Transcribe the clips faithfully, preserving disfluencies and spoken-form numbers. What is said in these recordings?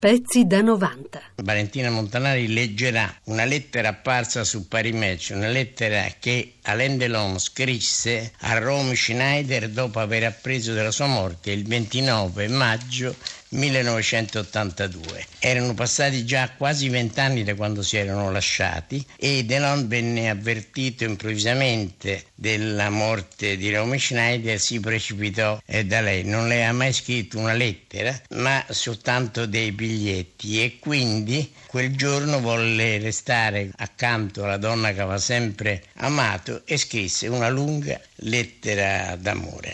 Pezzi da novanta. Valentina Montanari leggerà una lettera apparsa su Paris Match, una lettera che Alain Delon scrisse a Romy Schneider dopo aver appreso della sua morte il ventinove maggio millenovecentottantadue. Erano passati già quasi vent'anni da quando si erano lasciati e Delon venne avvertito improvvisamente della morte di Romy Schneider, si precipitò eh, da lei. Non le ha mai scritto una lettera, ma soltanto dei biglietti, e quindi quel giorno volle restare accanto alla donna che aveva sempre amato e scrisse una lunga lettera d'amore.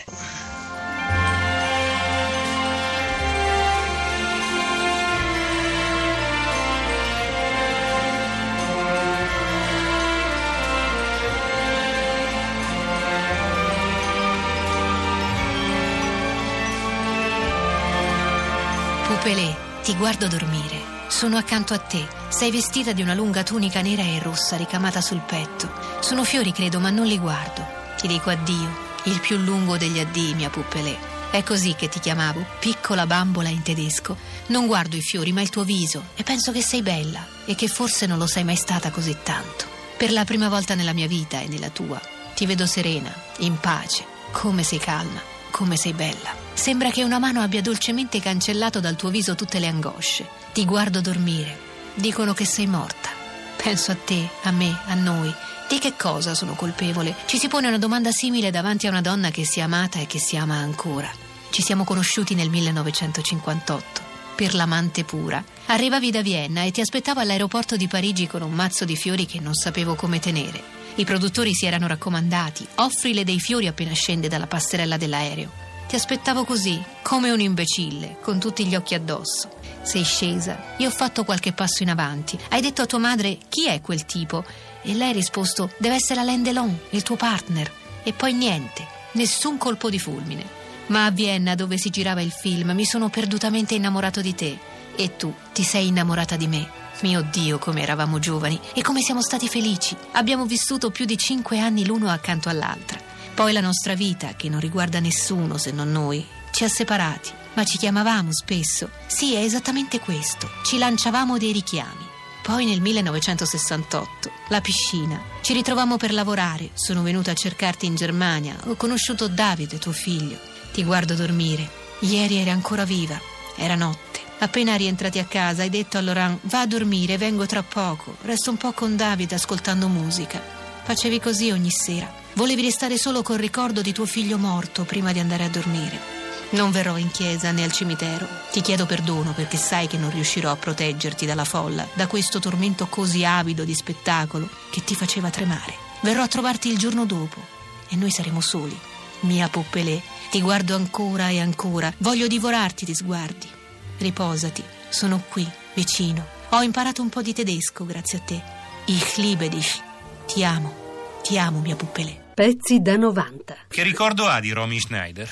Poupelé, ti guardo dormire. Sono accanto a te. Sei vestita di una lunga tunica nera e rossa ricamata sul petto. Sono fiori, credo, ma non li guardo. Ti dico addio, il più lungo degli addii, mia Poupelé. È così che ti chiamavo, piccola bambola in tedesco. Non guardo i fiori, ma il tuo viso, e penso che sei bella e che forse non lo sei mai stata così tanto. Per la prima volta nella mia vita e nella tua, ti vedo serena, in pace, come sei calma, come sei bella. Sembra che una mano abbia dolcemente cancellato dal tuo viso tutte le angosce. Ti guardo dormire. Dicono che sei morta. Penso a te, a me, a noi. Di che cosa sono colpevole? Ci si pone una domanda simile davanti a una donna che si è amata e che si ama ancora. Ci siamo conosciuti nel millenovecentocinquantotto. Per l'amante pura. Arrivavi da Vienna e ti aspettavo all'aeroporto di Parigi con un mazzo di fiori che non sapevo come tenere. I produttori si erano raccomandati: offrile dei fiori appena scende dalla passerella dell'aereo. Ti aspettavo così, come un imbecille, con tutti gli occhi addosso. Sei scesa, io ho fatto qualche passo in avanti. Hai detto a tua madre: chi è quel tipo? E lei ha risposto: deve essere Alain Delon, il tuo partner. E poi niente, nessun colpo di fulmine. Ma a Vienna, dove si girava il film, mi sono perdutamente innamorato di te. E tu ti sei innamorata di me. Mio Dio, come eravamo giovani e come siamo stati felici. Abbiamo vissuto più di cinque anni l'uno accanto all'altra. Poi la nostra vita, che non riguarda nessuno se non noi, ci ha separati, ma ci chiamavamo spesso. Sì, è esattamente questo, ci lanciavamo dei richiami. Poi nel millenovecentosessantotto, la piscina, ci ritrovammo per lavorare, sono venuta a cercarti in Germania, ho conosciuto Davide, tuo figlio. Ti guardo dormire, ieri eri ancora viva, era notte. Appena rientrati a casa hai detto a Laurent: va a dormire, vengo tra poco, resto un po' con Davide ascoltando musica. Facevi così ogni sera. Volevi restare solo col ricordo di tuo figlio morto prima di andare a dormire. Non verrò in chiesa né al cimitero. Ti chiedo perdono perché sai che non riuscirò a proteggerti dalla folla, da questo tormento così avido di spettacolo che ti faceva tremare. Verrò a trovarti il giorno dopo e noi saremo soli. Mia Poupelé, ti guardo ancora e ancora. Voglio divorarti di sguardi. Riposati, sono qui, vicino. Ho imparato un po' di tedesco grazie a te. Ich liebe dich. Ti amo, ti amo, mia Poupelé. Pezzi da novanta. Che ricordo ha di Romy Schneider?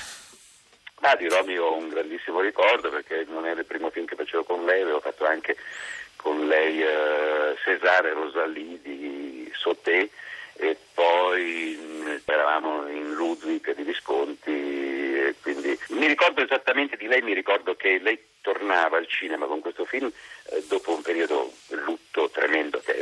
Ah, di Romy ho un grandissimo ricordo perché non era il primo film che facevo con lei, avevo fatto anche con lei eh, César e Rosalie di Sauté, e poi mh, eravamo in Ludwig di Visconti, e quindi mi ricordo esattamente di lei, mi ricordo che lei tornava al cinema con questo film eh, dopo un periodo lutto tremendo che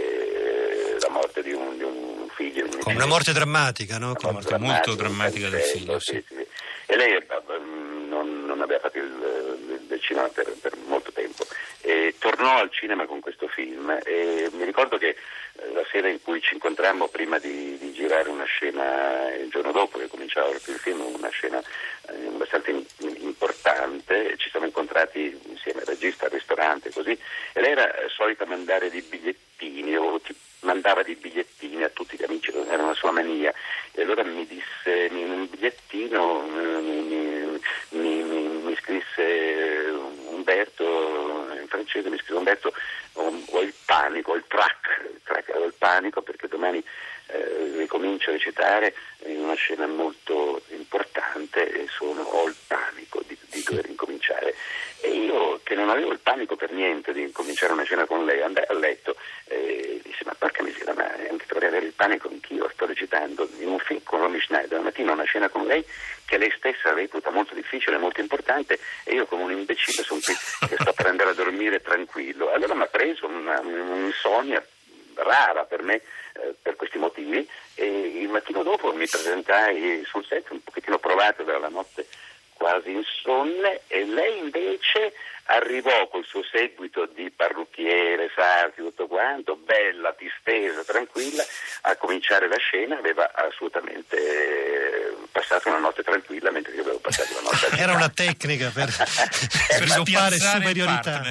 ebbe, la morte di un, di un figlio. Con una morte drammatica, no? Una morte molto drammatica del figlio, sì. Sì, sì. E lei eh, non, non aveva fatto il, il cinema per, per molto tempo e tornò al cinema con questo film, e mi ricordo che la sera in cui ci incontrammo prima di, di girare una scena, il giorno dopo che cominciava il film, una scena eh, abbastanza in, importante, ci siamo incontrati insieme al regista al ristorante così, e lei era solita mandare dei bigliettini, o ti, mandava dei bigliettini a tutti gli amici, era una sua mania, e allora mi disse in un bigliettino mi, mi, mi, mi, mi scrisse Umberto, in francese mi scrisse Umberto, ho, ho il panico, ho il trac, il trac, ho il panico perché domani eh, ricomincio a recitare in una scena molto importante e sono, ho il panico di, di dover incominciare. E io, che non avevo il panico per niente di incominciare una scena con lei, andai a letto e disse: ma porca miseria, ma è anche troppo dovrei avere il panico anch'io, sto recitando in un film con Romy Schneider, la mattina una scena con lei che lei stessa reputa molto difficile, molto importante, e io come un imbecille sono qui che sto per andare a dormire tranquillo. Allora mi ha preso una, un'insonnia rara per me, eh, per questi motivi, e il mattino dopo mi presentai sul set un pochettino provato dalla notte quasi insonne, e lei invece arrivò col suo seguito di parrucchiere, sarti, tutto quanto, bella, distesa, tranquilla, a cominciare la scena. Aveva assolutamente passato una notte tranquilla, mentre io avevo passato la notte agitata. Era una tecnica per sviluppare superiorità.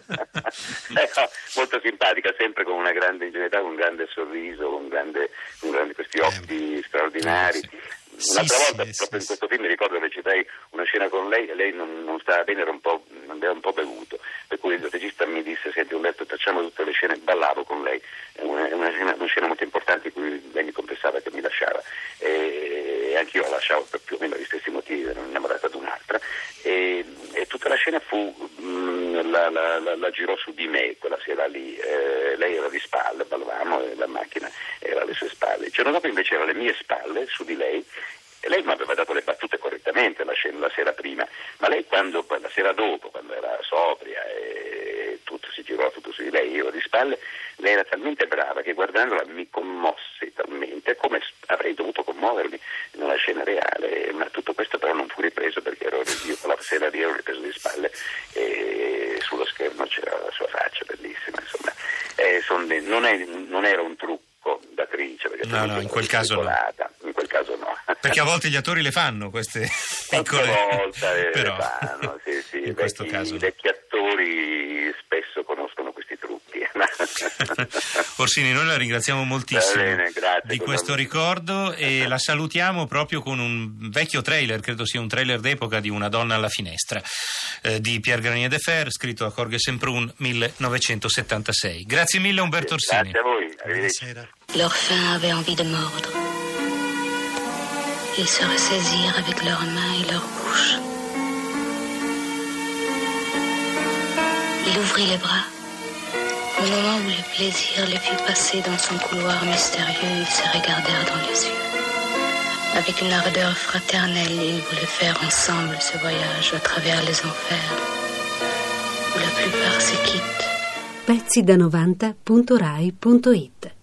Ecco, molto simpatica, sempre con una grande ingenuità, con un grande sorriso, con, grande, con grande, questi occhi eh, straordinari. Eh, sì. Un'altra sì, volta, sì, proprio sì, in questo film, mi ricordo che recitai una scena con lei e lei non, non stava bene, era un po', aveva un po' bevuto, per cui il regista mi disse: senti Umberto, facciamo tutte le scene, ballavo con lei, è una, una, scena, una scena molto importante in cui lei mi confessava che mi lasciava, e anch'io la lasciavo per più o meno gli stessi motivi, ero innamorata di un'altra, e, e tutta la scena fu, mh, la, la, la, la girò su di me quella sera lì, eh, lei era di spalle, ballavamo e la macchina era alle sue spalle, il giorno dopo invece era alle mie spalle, su di lei. E lei mi aveva dato le battute correttamente la, scena, la sera prima, ma lei quando, la sera dopo, quando era sobria e tutto si girò tutto su di lei, io di spalle, lei era talmente brava che guardandola mi commossi talmente, come avrei dovuto commuovermi nella scena reale, ma tutto questo però non fu ripreso perché ero io la sera lì ero ripreso di spalle e sullo schermo c'era la sua faccia bellissima, insomma. Eh, son, non, è, non era un trucco d'attrice, perché no, no, in quel caso no. In quel caso no. Perché a volte gli attori le fanno queste piccole volta le, però le fanno, sì, sì. in vecchi, questo caso i vecchi attori spesso conoscono questi trucchi. Orsini, noi la ringraziamo moltissimo bene, grazie, di questo ricordo e la salutiamo proprio con un vecchio trailer, credo sia un trailer d'epoca, di Una donna alla finestra, eh, di Pierre Granier de Fer, scritto a Jorge Semprún, millenovecentosettantasei. Grazie mille Umberto Orsini. Grazie a voi. Buonasera. Leur faim avait envie de mordre. Ils se ressaisirent avec leurs mains et leurs bouches. Il ouvrit les bras. Au moment où le plaisir les fit passer dans son couloir mystérieux, ils se regardèrent dans les yeux. Avec une ardeur fraternelle, ils voulaient faire ensemble ce voyage à travers les enfers, où la plupart se quittent. pezzi da novanta punto rai punto it